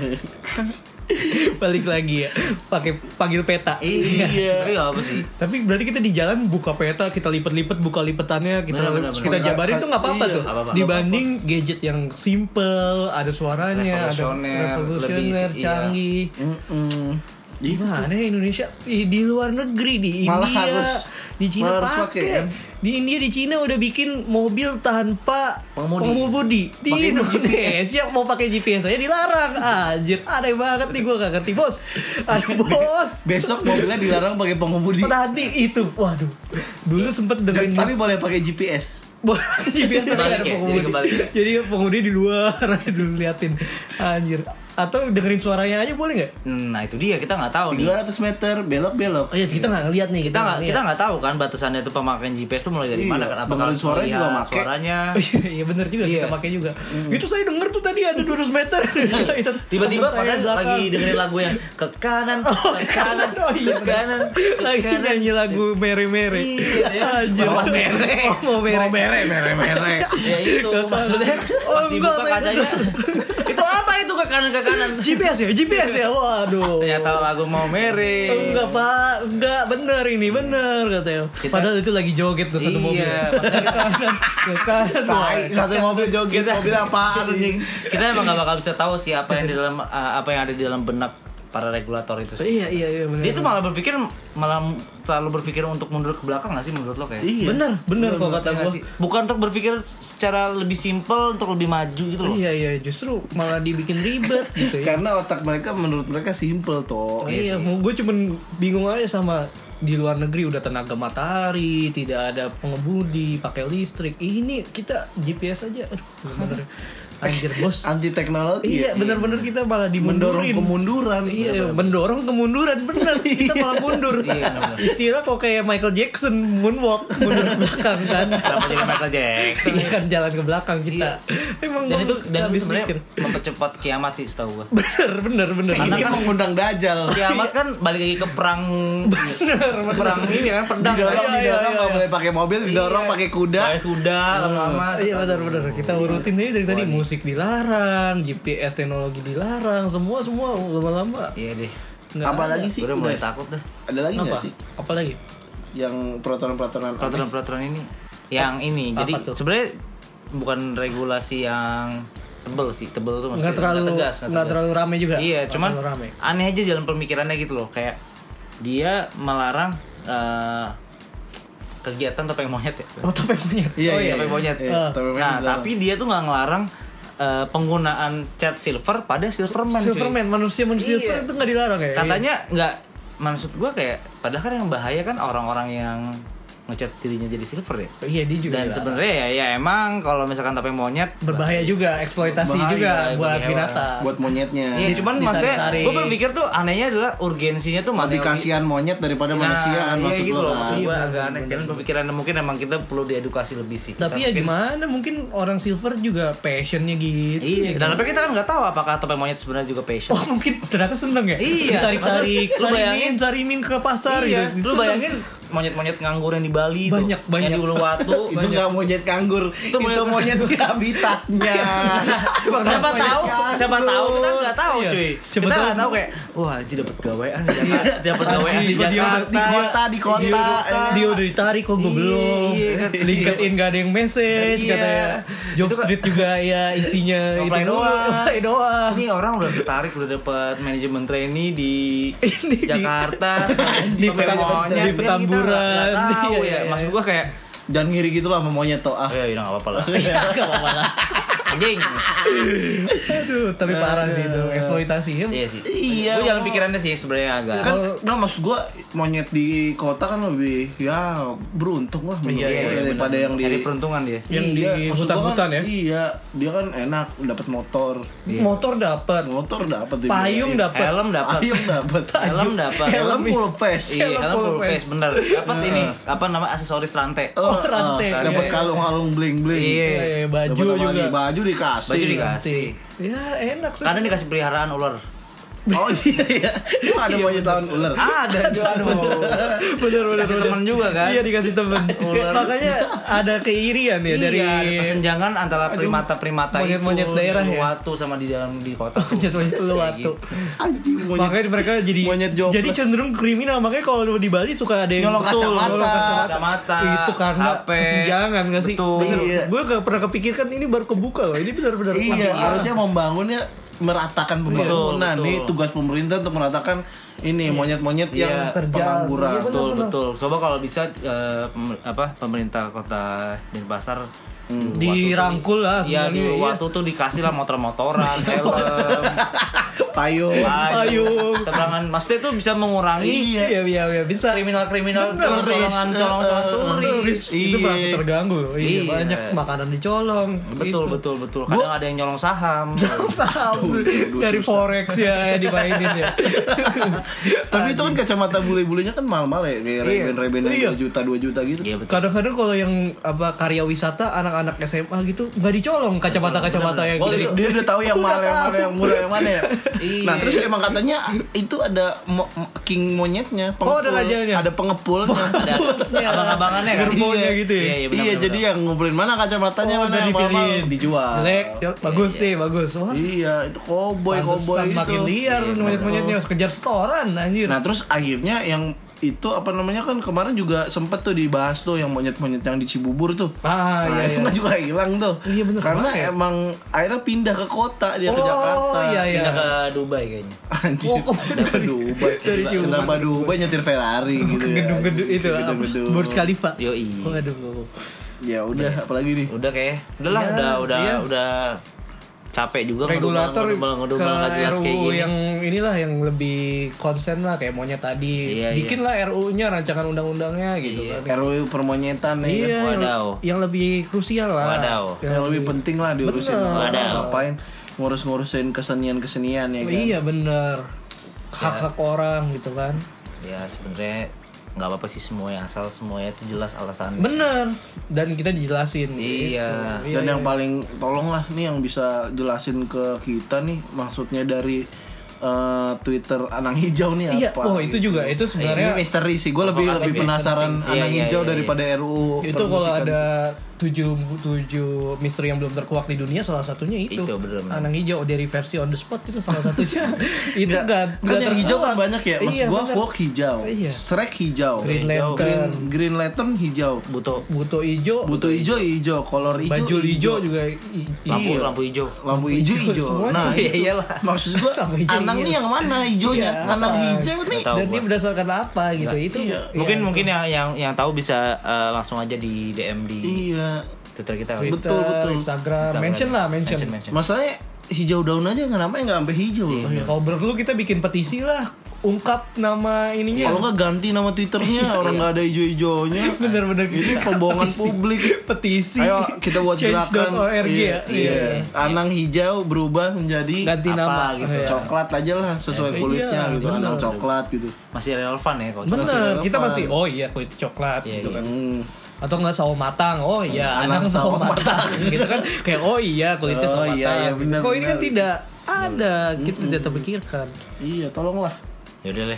Balik lagi ya, pakai panggil peta. Iya. Tapi nggak apa sih. Tapi berarti kita di jalan buka peta, kita lipet-lipet, buka lipetannya, kita Bener, bener, kita bener. jabarin tuh nggak apa-apa Iya, tuh. apa-apa. Dibanding gadget yang simple, ada suaranya, ada Revolusioner, revolusioner, lebih- canggih. Mm-mm. Gimana ya Indonesia di, di luar negeri di India, Malah harus- di Cina malah harus pakai, pakai. kan? Di India di Cina udah bikin mobil tanpa Pengemudi. pengemudi. Di Pakai Indonesia mau pakai G P S aja dilarang. Anjir, aneh banget nih gua gak ngerti, Bos. Aduh, Bos. Besok mobilnya dilarang pakai pengemudi. Tadi itu, waduh. Dulu sempet dengerin Tapi mus- boleh pakai G P S. Boleh G P S tapi Kebalik ada ya, jadi pengemudi. kebalik ya? Jadi pengemudi di luar dulu liatin. Anjir. Atau dengerin suaranya aja boleh nggak? Nah itu dia kita nggak tahu nih. dua ratus meter belok-belok. Oh iya, kita nggak ngeliat nih. Kita nggak kita nggak tahu kan batasannya itu pemakaian G P S itu mulai dari Iya, mana kan? Apakah dengerin harus suara juga melihat make. suaranya? Oh iya, iya benar juga Iya. kita pakai juga. Itu saya denger tuh tadi ada dua ratus meter. Itu Tiba-tiba teman saya padahal belakang. lagi dengerin lagu yang ke kanan, ke kanan, Oh iya, ke kanan, ke lagi kanan. nyanyi lagu mere mere. Iya, ya. Anjir. Bawas mere. Oh, mau mere. mere mere mere. Ya itu maksudnya Oh, pas enggak, dibuka saya kacanya. Itu apa itu ke kanan ke kanan? G P S ya, G P S ya. Waduh. Ternyata lagu mau mere. Enggak pak, enggak bener ini bener katanya. Kita- Padahal itu lagi joget tuh satu mobil. Iya, Ke kanan, ke kanan. Wah, Tai, satu mobil joget, Kita- mobil apaan anjing? Kita emang gak bakal bisa tahu sih apa yang di dalam uh, apa yang ada di dalam benak para regulator itu sih. Iya iya iya bener. Dia tuh malah berpikir malah selalu berpikir untuk mundur ke belakang gak sih menurut lo kayak? Iya. bener bener kok kata Iya nggak gua. sih? Bukan untuk berpikir secara lebih simpel untuk lebih maju gitu loh. Iya iya justru malah dibikin ribet gitu ya. Karena otak mereka menurut mereka simple toh. Oh, iya, mau gue cuman bingung aja sama di luar negeri udah tenaga matahari, tidak ada pengemudi, pakai listrik. Ini kita G P S aja, aduh bener anjir bos. Anti teknologi. Iya bener-bener kita malah Mendorong dimundurin. kemunduran. Iya, mendorong kemunduran bener. Kita malah mundur. Iya, bener. Istilah kok kayak Michael Jackson moonwalk, mundur ke belakang kan. Kenapa jadi Michael Jackson? Iya kan jalan ke belakang kita. Emang Dan gua itu dan nggak itu habis sebenarnya mikir. mempercepat kiamat sih setahu gua. Bener bener bener. Ini kan mengundang dajal. Kiamat kan balik lagi ke perang perang ini kan pedang Didorong, kan. Iya, iya, didorong iya, nggak iya. boleh pakai mobil, didorong Iya. pakai kuda. Pakai kuda lama-lama. Iya benar-benar kita urutin aja dari tadi musik dilarang, G P S teknologi dilarang, semua semua lama-lama. Iya deh. Nggak Apalagi ada. sih? Gue udah mulai Udah. takut dah. Ada lagi Apa? nggak sih Apa lagi? yang peraturan-peraturan? Peraturan-peraturan ini yang ini. Apa Jadi tuh? sebenarnya bukan regulasi yang tebel sih, tebel tuh maksudnya Nggak terlalu nggak tegas, nggak tegas. terlalu rame juga. Iya, Nggak cuman terlalu rame. aneh aja jalan pemikirannya gitu loh. Kayak dia melarang eh, kegiatan topeng monyet ya. Oh topeng monyet. Iya, oh, iya, Topeng monyet. Iya, Ah. topeng monyet Nah, dilarang. tapi dia tuh nggak ngelarang eh, penggunaan cat silver pada Silverman. cuy. Silverman, manusia-manusia Iya. silver itu nggak dilarang ya? Katanya nggak, maksud gua kayak padahal kan yang bahaya kan orang-orang yang ngecat dirinya jadi silver ya. Iya, dia juga. Dan dilarang. sebenarnya ya, ya emang kalau misalkan topeng monyet berbahaya juga, eksploitasi Bahaya, juga bagi buat hewan. binatang. buat monyetnya. Iya, cuman maksudnya ditarik-tarik. gue berpikir tuh anehnya adalah urgensinya tuh mana Lebih yang- kasihan monyet daripada Nah, manusia kan iya maksud gitu lo loh, kan. maksud gue Iya, agak aneh. Cuman pemikiran mungkin emang kita perlu diedukasi lebih sih. Kita Tapi ya mungkin- gimana? Mungkin orang silver juga passionnya gitu. Iya, ya dan kan? tapi kita kan nggak tahu apakah topeng monyet sebenarnya juga passion. Oh mungkin ternyata seneng ya? Iya. Tarik-tarik, Lu bayangin- carimin, carimin ke pasar Iya, gitu. lu Seneng. bayangin monyet-monyet nganggur yang di Bali tuh. Banyak, banyak. Yang di Uluwatu. Itu nggak monyet nganggur, itu monyet, monyet habitatnya. Siapa tahu, siapa tahu kita nggak tahu Iya. cuy. Siapa Kita tahu. nggak tahu kayak, wah anjir dapat gawean di Jakarta, dapat gawean di Anjir, dia Jakarta. udah- Di kota, di kota. Dia udah, eh. dia udah ditarik kok gue Iya, belum. iya, kan. LinkedIn gak ada yang message Iya. katanya. Job Itu kan- Street juga ya isinya Apply itu doang. Apply doang. Ini orang udah tertarik udah dapat manajemen trainee di Ini di- Jakarta, di Petamburan. Monyet, Di kan Petamburan. kita nggak- nggak tahu Iya, ya. iya, Maksud iya. gua kayak, Jangan ngiri gitu lah sama monyet tuh ah. oh ya udah nggak apa-apa lah. Gak apa-apa lah. Anjing. Aduh, tapi parah sih itu eksploitasi. Iya sih. Iya. Gue jalan pikirannya sih sebenarnya agak. Kan, nah maksud gua monyet di kota kan lebih ya beruntung lah menurut Iya, gua, iya, daripada yang di Dari peruntungan dia. Yang di maksud gua hutan-hutan kan, ya? Iya, dia kan enak dapat motor. Motor dapat, Motor dapat payung dapat. Helm dapat. Payung dapat. Helm dapat. Helm full face. Iya, Helm helm full full face bener. Dapat ini apa nama aksesoris rantai. Oh, rantai. Dapat kalung-kalung bling-bling. Iya. Iya, iya, baju Dapat apa juga. lagi? Baju dikasih. Baju dikasih. Ya enak sih. Kadang dikasih peliharaan ular. Oh iya iya. Emang ada monyet lawan ular. Ada juga aduh. Bener bener. Dikasih bener. teman juga kan? Iya dikasih temen. Makanya ada keirian ya Iya, dari ada kesenjangan antara primata-primata itu monyet-monyet daerah ya? Uluwatu sama di dalam di kota tuh. Monyet-monyet Uluwatu. Anjing monyet. Makanya mereka jadi Monyet jobless. jadi cenderung kriminal. Makanya kalau di Bali suka ada yang Nyolong betul, kacamata. nyolong Kacamata, Itu karena H P. kesenjangan nggak sih? Betul. Iya. Gue gak pernah kepikirkan ini baru kebuka loh. Ini benar-benar Iya, parah. harusnya membangunnya meratakan pembangunan Betul, nih betul. tugas pemerintah untuk meratakan ini monyet-monyet Iya, yang terjal. pengangguran. Iya, Betul benar. betul. Coba kalau bisa eh, pem- apa pemerintah kota Denpasar Hmm. Dirangkul lah Iya di sebenarnya, iya. waktu tuh dikasih lah motor-motoran, helm, Payung. Payung. terangan. Maksudnya itu bisa mengurangi Iya iya iya bisa. kriminal-kriminal Bener. colongan colongan turis. Itu Iya. merasa terganggu loh. Iya, Iya. banyak makanan dicolong. Betul Gitu. betul betul. Kadang ada yang nyolong saham. Saham dari forex ya dimainin ya. Tapi itu kan kacamata bule-bulenya kan mahal-mahal ya, kayak Iya. reben-reben Iya. yang dua juta dua juta gitu. Iya betul. Kadang-kadang kalau yang apa karya wisata anak-anak S M A gitu nggak dicolong kacamata-kacamata yang Oh, gitu. itu- Dia udah tahu yang Udah mahal yang tahu. mana yang murah yang mana ya. Iya. Nah terus emang katanya itu ada mo- king monyetnya. Oh, ada pengepul. rajanya. Ada pengepulnya. Ada abang-abangannya kan. Gerbonya gitu ya? Iya, iya, benar, Iya, benar, jadi benar. yang ngumpulin mana kacamatanya Oh, mana udah yang mahal dipilihin. dijual. Jelek, ya, bagus Iya, nih, bagus. Wah, Iya, itu cowboy cowboy pantesan itu. makin liar Iya, monyet-monyetnya harus kejar setoran anjir. Nah terus akhirnya yang itu apa namanya kan kemarin juga sempet tuh dibahas tuh yang monyet-monyet yang di Cibubur tuh. ah, Nah iya, itu iya. kan juga hilang tuh. Iya, bener, Karena kemana ya? emang akhirnya pindah ke kota dia ke Oh, Jakarta. iya, iya. Pindah ke Dubai kayaknya. Anjir. Oh, kok Udah ke Dubai. Dari Cibubur. Kenapa Dubai nyetir Ferrari gitu ya. Gedung-gedung itu lah, Gedung-gedung. Burj Khalifa. Yoi. Waduh. Ya udah apalagi nih. Udah kayak. Udahlah, Iya, udah udah iya. udah capek juga Regulator ngedumel-ngedumel ke nggak jelas R U kayak gini. yang inilah yang lebih konsen lah kayak monyet tadi. Iya, Bikin lah R U-nya rancangan undang-undangnya gitu Iya. kan. R U permonyetan nih. Iya, yang, Wadaw. yang lebih krusial lah. Wadaw. Yang lebih penting lah diurusin. Bener. Orang Wadaw. ngapain ngurus-ngurusin kesenian-kesenian ya kan. Iya bener. Hak-hak orang gitu kan. Ya sebenarnya nggak apa-apa sih semuanya asal semuanya itu jelas alasannya. Bener. Dan kita dijelasin. Iya. Gitu. Dan yang paling tolong lah nih yang bisa jelasin ke kita nih maksudnya dari eh, Twitter Anang Hijau nih Iya, apa? oh itu gitu. juga itu Ini sebenarnya misteri sih. Gue lebih Provokatif lebih ya, penasaran penting. Anang Iya, iya, Hijau iya, daripada R U. itu kalau permusikan. ada tujuh tujuh misteri yang belum terkuak di dunia salah satunya itu, Itu, bener, bener. Anang Hijau dari versi on the spot itu salah satunya itu Nggak, enggak kan yang hijau kan banyak ya. Maksud Iya, gua bener. Hawk hijau, Iya. Strike hijau, Green hijau. Lantern. Green, Green Lantern hijau, Butuh buto hijau butuh hijau hijau, kolor hijau, baju hijau juga i- lampu Iya. lampu hijau. lampu hijau hijau. Semuanya. Nah, Iya, itu. iyalah. Maksud gua Lampu hijau, Anang iya. nih yang mana hijaunya? Iya, Anang apa? hijau nih. Nggak tahu dan gua. ini berdasarkan apa gitu itu iya. ya, Mungkin itu. mungkin yang yang yang tahu bisa eh, langsung aja di D M di Iya. Twitter kita. kali. Twitter, Betul, betul. Instagram, Instagram. mention lah mention, Mention, mention. Masalahnya hijau daun aja kenapa nggak sampai hijau loh? Ya, kalau perlu kita bikin petisi lah ungkap nama ininya Kalau nggak ganti nama Twitternya orang nggak ada hijau-hijaunya. bener-bener Ini pembohongan publik. petisi Ayo kita buat change gerakan. dot org Iya, ya iya. Anang hijau berubah menjadi ganti Apa nama gitu, Iya. coklat aja lah sesuai Iya, kulitnya gitu. bener. Anang coklat gitu. Masih relevan ya kalau Bener, Masih kita relevan. masih oh iya kulit coklat Iya, gitu iya. kan. Hmm. Atau enggak sawo matang. Oh iya, Anang anang sawo sawo matang. gitu kan. Kayak oh iya kulitnya sawo Oh, matang. iya, iya, benar, Kok ini kan benar. tidak ada, kita tidak terpikirkan. Iya, tolonglah. Ya udah deh.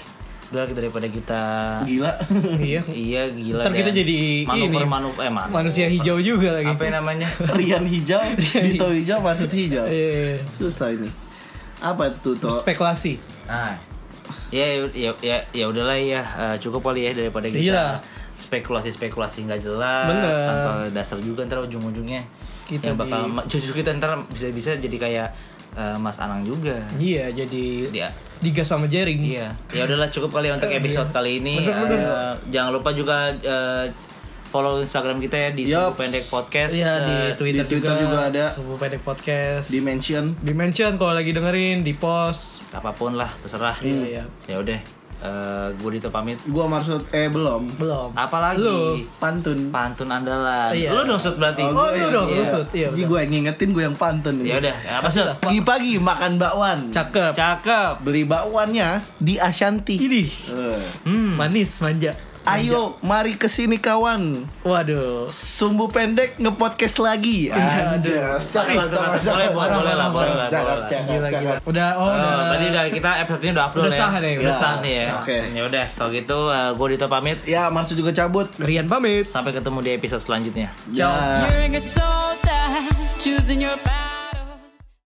Udah daripada kita Gila. Iya. Iya gila. Ntar kita dan jadi manuver ini, manuver eh manuver. manusia hijau juga lagi. Apa yang namanya? Rian hijau, Dito hijau, maksud hijau. Iya. Susah ini. Apa tuh toh? Spekulasi. Nah, ya ya ya ya udahlah ya uh, cukup kali ya daripada kita Iya. spekulasi-spekulasi nggak jelas Bener. tanpa dasar juga ntar ujung-ujungnya Kita yang bakal di- ma- justru kita ntar bisa-bisa jadi kayak uh, Mas Anang juga. Iya, jadi Dia digas sama jaring. iya. Ya udahlah cukup kali untuk episode kali ini. Uh, jangan lupa juga uh, follow Instagram kita ya di Yup. Sumbu Pendek Podcast. Iya, di Uh, Twitter, di Twitter juga ada. Sumbu Pendek Podcast. Di mention. Di mention kalau lagi dengerin, di post. apapun lah terserah. Iya, iya. Ya udah. Uh, gue Dito pamit. Gua maksud eh belum. Belum. Apalagi Lu. Pantun. pantun andalan. Iya. Lu dong Sud, berarti. Oh, Oh, gua lu yang- dong, iya. lu Sud. Iya, Ji betul. gue yang ngingetin gue yang pantun. Ya udah, apa sih? Pagi-pagi makan bakwan. Cakep. Cakep. Beli bakwannya di Ashanti. Ini. Eh. Hmm. Manis, manja. Ayo, mari kesini kawan. Waduh. Sumbu pendek ngepodcast lagi. Iya, Anjas. aduh. Cakep, cakep, cakep. Boleh, boleh lah, boleh lah, Cakep, boleh lah. cakep, Gila, cakep. gila. Udah, oh, Oh, udah. berarti udah kita episode ini udah upload Udah ya. sah nih, udah udah. sah nih ya. Oke. Ya udah, kalau gitu gue Dito pamit. Ya, Marsu juga cabut. Rian pamit. Sampai ketemu di episode selanjutnya. Ciao. Ya. You're a good soldier, choosing your path.